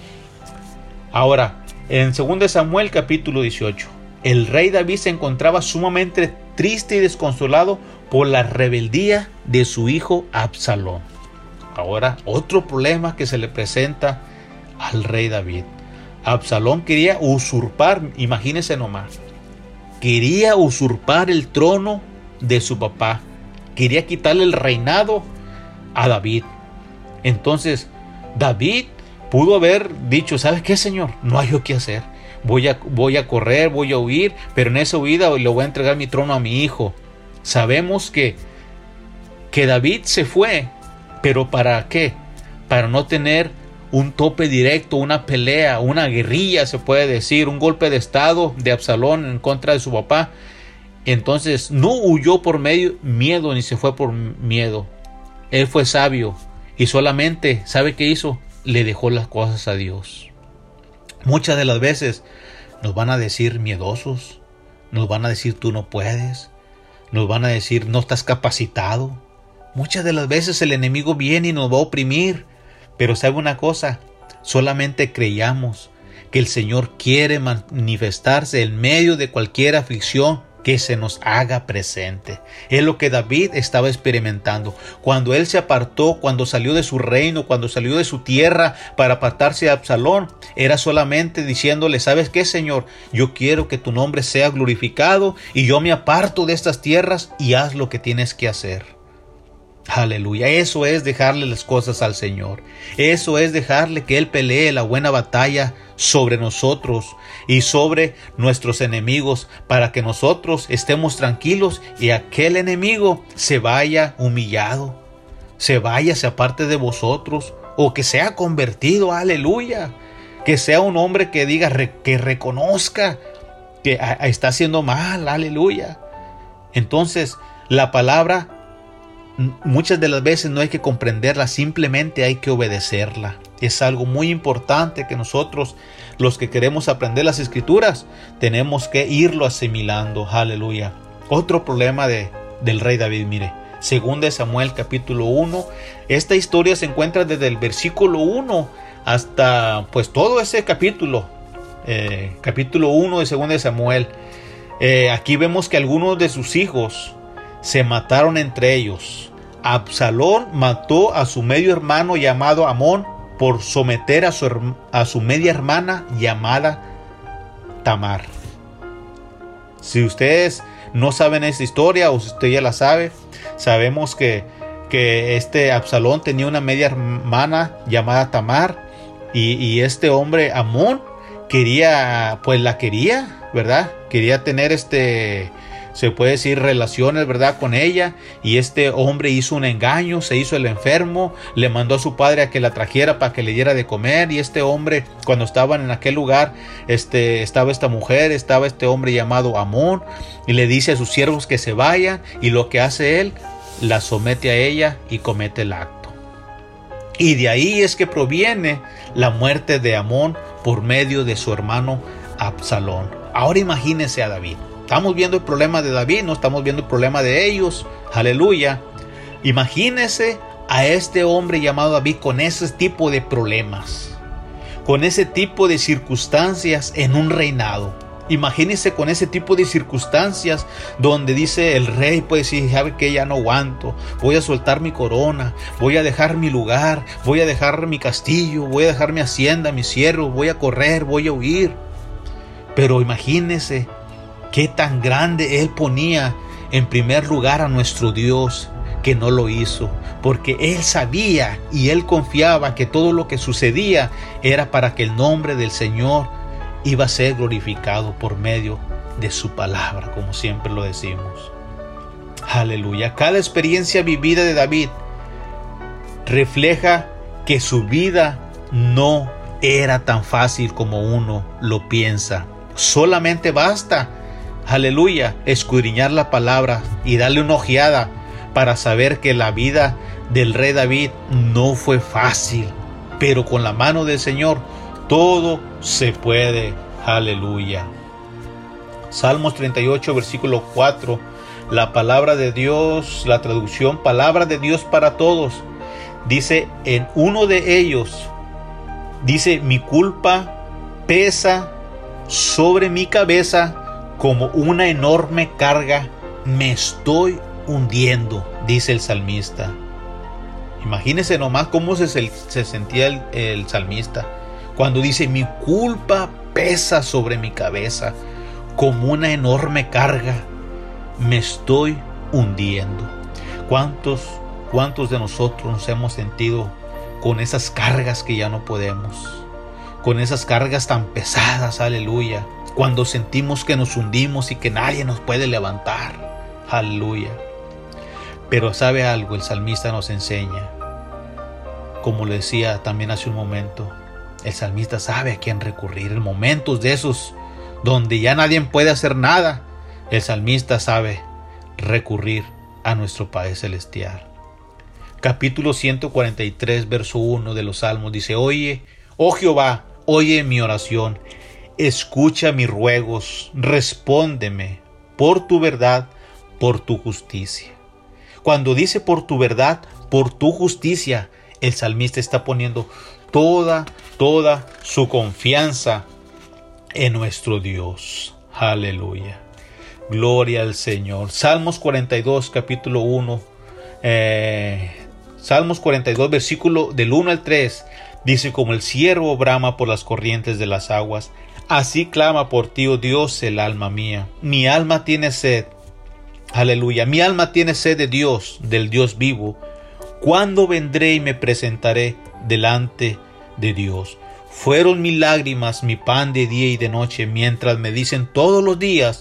Ahora, en 2 Samuel capítulo 18, el rey David se encontraba sumamente triste y desconsolado por la rebeldía de su hijo Absalón. Ahora, otro problema que se le presenta al rey David. Absalón quería usurpar, imagínense nomás, quería usurpar el trono de su papá. Quería quitarle el reinado a David. Entonces, David pudo haber dicho, ¿sabes qué, Señor? No hay lo que hacer. Voy a correr, voy a huir, pero en esa huida le voy a entregar mi trono a mi hijo. Sabemos que David se fue, pero ¿para qué? Para no tener un tope directo, una pelea, una guerrilla, se puede decir, un golpe de estado de Absalón en contra de su papá. Entonces no huyó por miedo, ni se fue por miedo. Él fue sabio y solamente, ¿sabe qué hizo? Le dejó las cosas a Dios. Muchas de las veces nos van a decir miedosos, nos van a decir tú no puedes, nos van a decir no estás capacitado. Muchas de las veces el enemigo viene y nos va a oprimir. Pero ¿sabe una cosa? Solamente creyamos que el Señor quiere manifestarse en medio de cualquier aflicción que se nos haga presente. Es lo que David estaba experimentando. Cuando él se apartó, cuando salió de su reino, cuando salió de su tierra para apartarse de Absalón, era solamente diciéndole, ¿sabes qué, Señor? Yo quiero que tu nombre sea glorificado y yo me aparto de estas tierras y haz lo que tienes que hacer. Aleluya, eso es dejarle las cosas al Señor. Eso es dejarle que Él pelee la buena batalla sobre nosotros y sobre nuestros enemigos para que nosotros estemos tranquilos y aquel enemigo se vaya humillado, se aparte de vosotros o que sea convertido, aleluya. Que sea un hombre que diga, que reconozca que está haciendo mal, aleluya. Entonces, la palabra muchas de las veces no hay que comprenderla, simplemente hay que obedecerla. Es algo muy importante que nosotros, los que queremos aprender las escrituras, tenemos que irlo asimilando. Aleluya. Otro problema del rey David, mire. 2 Samuel capítulo 1. Esta historia se encuentra desde el versículo 1 hasta pues todo ese capítulo. Capítulo 1 de 2 Samuel. Aquí vemos que algunos de sus hijos se mataron entre ellos. Absalón mató a su medio hermano llamado Amón por someter a su media hermana llamada Tamar. Si ustedes no saben esta historia o si usted ya la sabe, sabemos que este Absalón tenía una media hermana llamada Tamar y este hombre Amón la quería, ¿verdad? Quería tener se puede decir relaciones, ¿verdad?, con ella, y este hombre hizo un engaño, se hizo el enfermo, le mandó a su padre a que la trajera para que le diera de comer, y este hombre, cuando estaban en aquel lugar, estaba esta mujer, estaba este hombre llamado Amón, y le dice a sus siervos que se vayan, y lo que hace él, la somete a ella y comete el acto. Y de ahí es que proviene la muerte de Amón por medio de su hermano Absalón. Ahora imagínense a David. Estamos viendo el problema de David, no estamos viendo el problema de ellos. Aleluya. Imagínese a este hombre llamado David con ese tipo de problemas, con ese tipo de circunstancias en un reinado. Imagínese con ese tipo de circunstancias donde dice el rey, pues sí, sabe que ya no aguanto, voy a soltar mi corona, voy a dejar mi lugar, voy a dejar mi castillo, voy a dejar mi hacienda, mis siervos, voy a correr, voy a huir. Pero imagínese qué tan grande él ponía en primer lugar a nuestro Dios, que no lo hizo, porque él sabía y él confiaba que todo lo que sucedía era para que el nombre del Señor iba a ser glorificado por medio de su palabra, como siempre lo decimos. Aleluya. Cada experiencia vivida de David refleja que su vida no era tan fácil como uno lo piensa. Solamente basta, aleluya, escudriñar la palabra y darle una ojeada para saber que la vida del rey David no fue fácil, pero con la mano del Señor todo se puede. Aleluya. Salmos 38, versículo 4. La palabra de Dios, la traducción, palabra de Dios para todos. dice en uno de ellos, dice, mi culpa pesa sobre mi cabeza como una enorme carga, me estoy hundiendo, dice el salmista. Imagínense nomás cómo se sentía el salmista cuando dice, mi culpa pesa sobre mi cabeza como una enorme carga, me estoy hundiendo. ¿Cuántos de nosotros nos hemos sentido con esas cargas que ya no podemos? Con esas cargas tan pesadas, aleluya. Cuando sentimos que nos hundimos y que nadie nos puede levantar, aleluya. Pero ¿sabe algo? El salmista nos enseña. Como le decía también hace un momento, el salmista sabe a quién recurrir. En momentos de esos donde ya nadie puede hacer nada, el salmista sabe recurrir a nuestro Padre Celestial. Capítulo 143, verso 1 de los Salmos dice, oye, oh Jehová, oye mi oración, escucha mis ruegos, respóndeme por tu verdad, por tu justicia. Cuando dice por tu verdad, por tu justicia, el salmista está poniendo toda su confianza en nuestro Dios. Aleluya. Gloria al Señor. Salmos 42, capítulo 1. Salmos 42, versículo del 1 al 3. Dice, como el ciervo brama por las corrientes de las aguas, así clama por ti, oh Dios, el alma mía. Mi alma tiene sed. Aleluya. Mi alma tiene sed de Dios, del Dios vivo. ¿Cuándo vendré y me presentaré delante de Dios? Fueron mis lágrimas mi pan de día y de noche, mientras me dicen todos los días,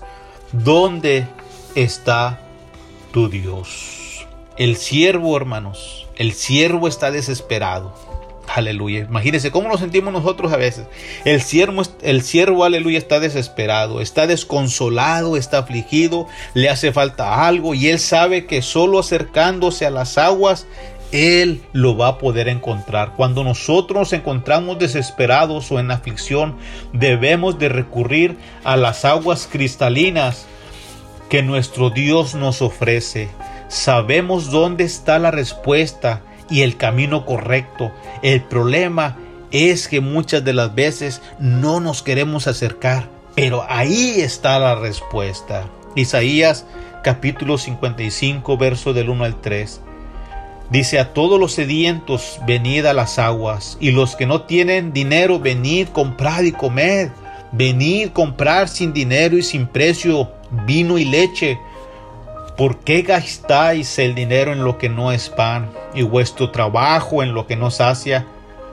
¿dónde está tu Dios? El siervo, hermanos, el siervo está desesperado. Aleluya. Imagínense cómo nos sentimos nosotros a veces. El siervo, aleluya, está desesperado, está desconsolado, está afligido, le hace falta algo y él sabe que solo acercándose a las aguas él lo va a poder encontrar. Cuando nosotros nos encontramos desesperados o en aflicción, debemos de recurrir a las aguas cristalinas que nuestro Dios nos ofrece. Sabemos dónde está la respuesta y el camino correcto. El problema es que muchas de las veces no nos queremos acercar, pero ahí está la respuesta. Isaías capítulo 55, verso del 1 al 3. Dice, a todos los sedientos, venid a las aguas, y los que no tienen dinero, venid, comprad y comed. Venid, comprar sin dinero y sin precio vino y leche. ¿Por qué gastáis el dinero en lo que no es pan, y vuestro trabajo en lo que no sacia?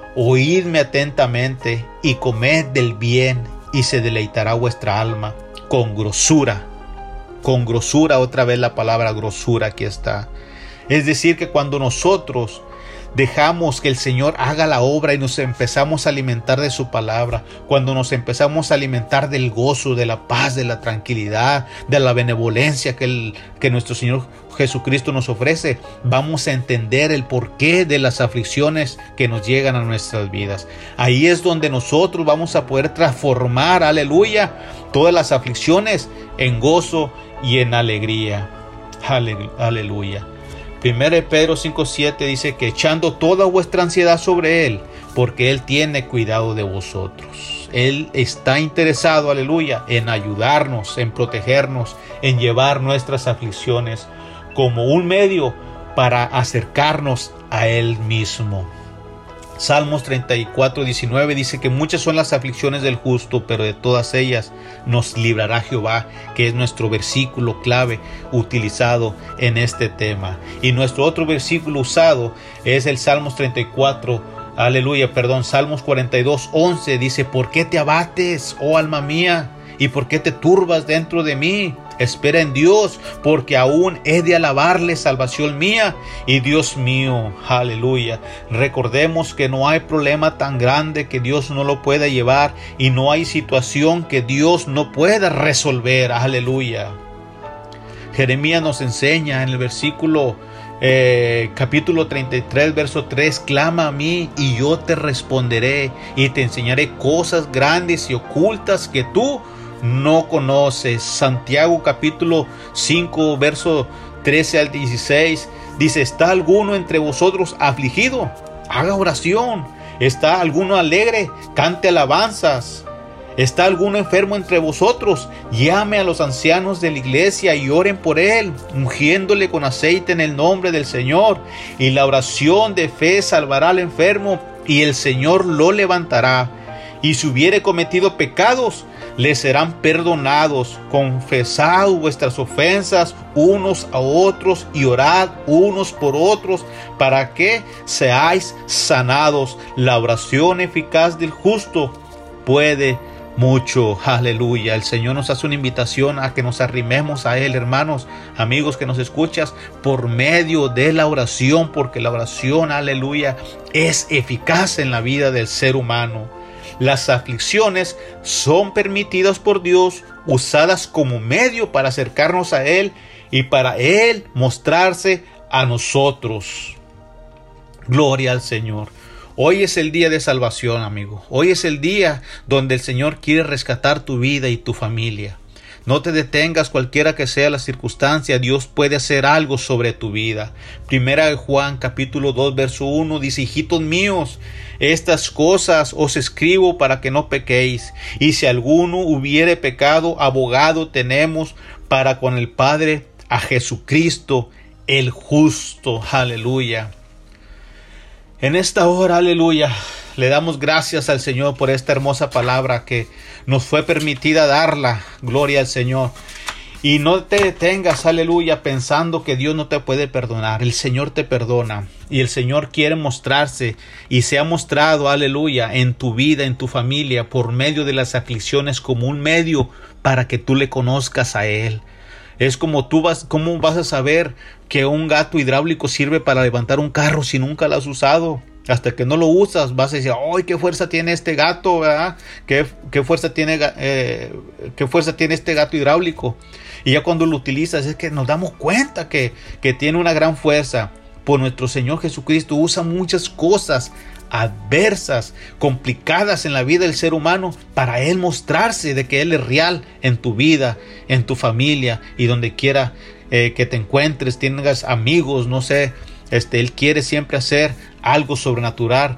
Oídme atentamente, y comed del bien, y se deleitará vuestra alma con grosura. Con grosura, otra vez la palabra grosura aquí está. Es decir, que cuando nosotros dejamos que el Señor haga la obra y nos empezamos a alimentar de su palabra, cuando nos empezamos a alimentar del gozo, de la paz, de la tranquilidad, de la benevolencia que nuestro Señor Jesucristo nos ofrece, vamos a entender el porqué de las aflicciones que nos llegan a nuestras vidas. Ahí es donde nosotros vamos a poder transformar, aleluya, todas las aflicciones en gozo y en alegría. Aleluya. 1 Pedro 5:7 dice que echando toda vuestra ansiedad sobre Él, porque Él tiene cuidado de vosotros. Él está interesado, aleluya, en ayudarnos, en protegernos, en llevar nuestras aflicciones como un medio para acercarnos a Él mismo. Salmos 34:19 dice que muchas son las aflicciones del justo, pero de todas ellas nos librará Jehová, que es nuestro versículo clave utilizado en este tema. Y nuestro otro versículo usado es el Salmos 42:11 dice, ¿por qué te abates, oh alma mía? ¿Y por qué te turbas dentro de mí? Espera en Dios, porque aún he de alabarle, salvación mía y Dios mío. Aleluya. Recordemos que no hay problema tan grande que Dios no lo pueda llevar, y no hay situación que Dios no pueda resolver. Aleluya. Jeremías nos enseña en el versículo capítulo 33, verso 3, clama a mí y yo te responderé y te enseñaré cosas grandes y ocultas que tú no conoces. Santiago capítulo 5, verso 13 al 16 Dice, ¿está alguno entre vosotros afligido? Haga oración. ¿Está alguno alegre? Cante alabanzas. ¿Está alguno enfermo entre vosotros? Llame a los ancianos de la iglesia y oren por él, ungiéndole con aceite en el nombre del Señor. Y la oración de fe salvará al enfermo, y el Señor lo levantará. Y si hubiere cometido pecados, le serán perdonados. Confesad vuestras ofensas unos a otros y orad unos por otros para que seáis sanados. La oración eficaz del justo puede mucho. Aleluya. El Señor nos hace una invitación a que nos arrimemos a Él, hermanos, amigos que nos escuchas, por medio de la oración, porque la oración, aleluya, es eficaz en la vida del ser humano. Las aflicciones son permitidas por Dios, usadas como medio para acercarnos a Él y para Él mostrarse a nosotros. Gloria al Señor. Hoy es el día de salvación, amigo. Hoy es el día donde el Señor quiere rescatar tu vida y tu familia. No te detengas, cualquiera que sea la circunstancia. Dios puede hacer algo sobre tu vida. Primera de Juan, capítulo 2, verso 1, dice: hijitos míos, estas cosas os escribo para que no pequéis. Y si alguno hubiere pecado, abogado tenemos para con el Padre, a Jesucristo el justo. Aleluya. En esta hora, aleluya, le damos gracias al Señor por esta hermosa palabra que nos fue permitida darla. Gloria al Señor. Y no te detengas, aleluya, pensando que Dios no te puede perdonar. El Señor te perdona. Y el Señor quiere mostrarse y se ha mostrado, aleluya, en tu vida, en tu familia, por medio de las aflicciones, como un medio para que tú le conozcas a Él. Es como ¿cómo vas a saber que un gato hidráulico sirve para levantar un carro si nunca lo has usado? Hasta que no lo usas, vas a decir: ¡ay, qué fuerza tiene este gato! ¿Verdad? ¿Qué fuerza tiene este gato hidráulico? Y ya cuando lo utilizas es que nos damos cuenta que tiene una gran fuerza. Pues nuestro Señor Jesucristo usa muchas cosas adversas, complicadas en la vida del ser humano, para Él mostrarse de que Él es real en tu vida, en tu familia y donde quiera que te encuentres, tengas amigos, no sé. Él quiere siempre hacer algo sobrenatural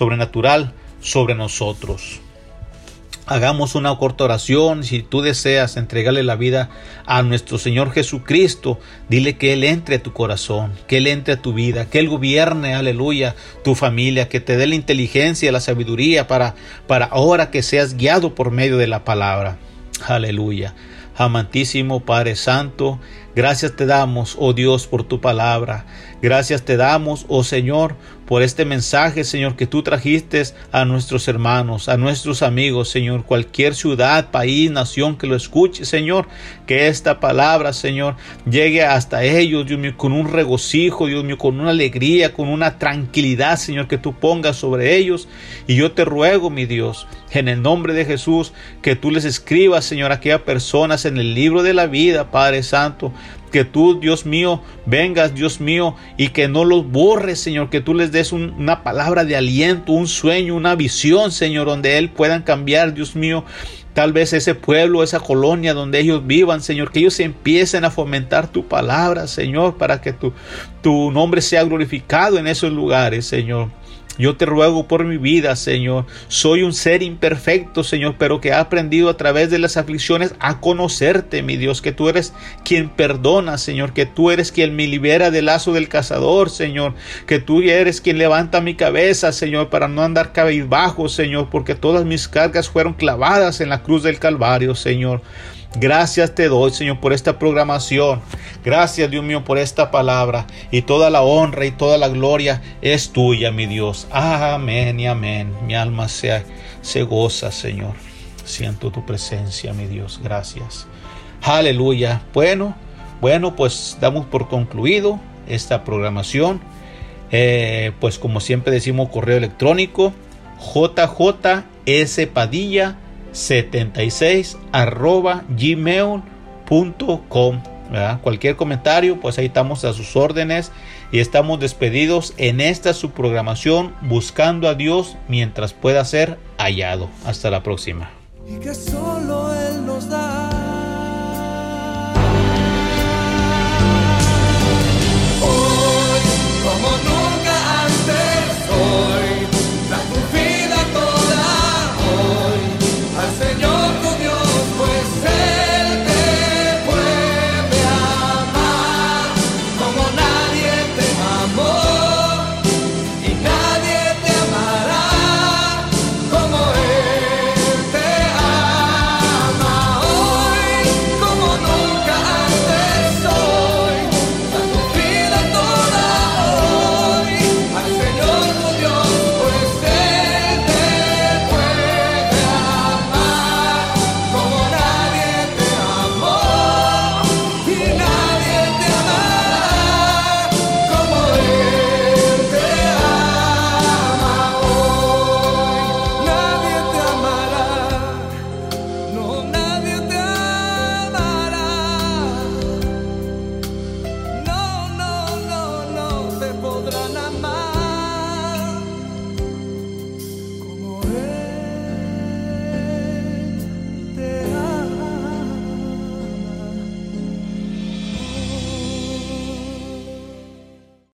sobre nosotros. Hagamos una corta oración. Si tú deseas entregarle la vida a nuestro Señor Jesucristo, dile que Él entre a tu corazón, que Él entre a tu vida, que Él gobierne, aleluya, tu familia, que te dé la inteligencia, la sabiduría para ahora que seas guiado por medio de la palabra. Aleluya. Amantísimo Padre Santo, gracias te damos, oh Dios, por tu palabra. Gracias te damos, oh Señor, por este mensaje, Señor, que tú trajiste a nuestros hermanos, a nuestros amigos, Señor, cualquier ciudad, país, nación que lo escuche, Señor, que esta palabra, Señor, llegue hasta ellos, Dios mío, con un regocijo, Dios mío, con una alegría, con una tranquilidad, Señor, que tú pongas sobre ellos. Y yo te ruego, mi Dios, en el nombre de Jesús, que tú les escribas, Señor, a aquellas personas en el libro de la vida, Padre Santo, que tú, Dios mío, vengas, Dios mío, y que no los borres, Señor, que tú les des una palabra de aliento, un sueño, una visión, Señor, donde Él puedan cambiar, Dios mío, tal vez ese pueblo, esa colonia donde ellos vivan, Señor, que ellos empiecen a fomentar tu palabra, Señor, para que tu nombre sea glorificado en esos lugares, Señor. Yo te ruego por mi vida, Señor. Soy un ser imperfecto, Señor, pero que ha aprendido a través de las aflicciones a conocerte, mi Dios, que tú eres quien perdona, Señor, que tú eres quien me libera del lazo del cazador, Señor, que tú eres quien levanta mi cabeza, Señor, para no andar cabizbajo, Señor, porque todas mis cargas fueron clavadas en la cruz del Calvario, Señor. Gracias te doy, Señor, por esta programación. Gracias, Dios mío, por esta palabra. Y toda la honra y toda la gloria es tuya, mi Dios. Amén y amén. Mi alma se goza, Señor. Siento tu presencia, mi Dios. Gracias. Aleluya. Bueno, pues damos por concluido esta programación. Pues como siempre decimos, correo electrónico jjs76@gmail.com. Cualquier comentario, pues ahí estamos a sus órdenes y estamos despedidos en esta su programación, buscando a Dios mientras pueda ser hallado. Hasta la próxima. Y que solo Él nos da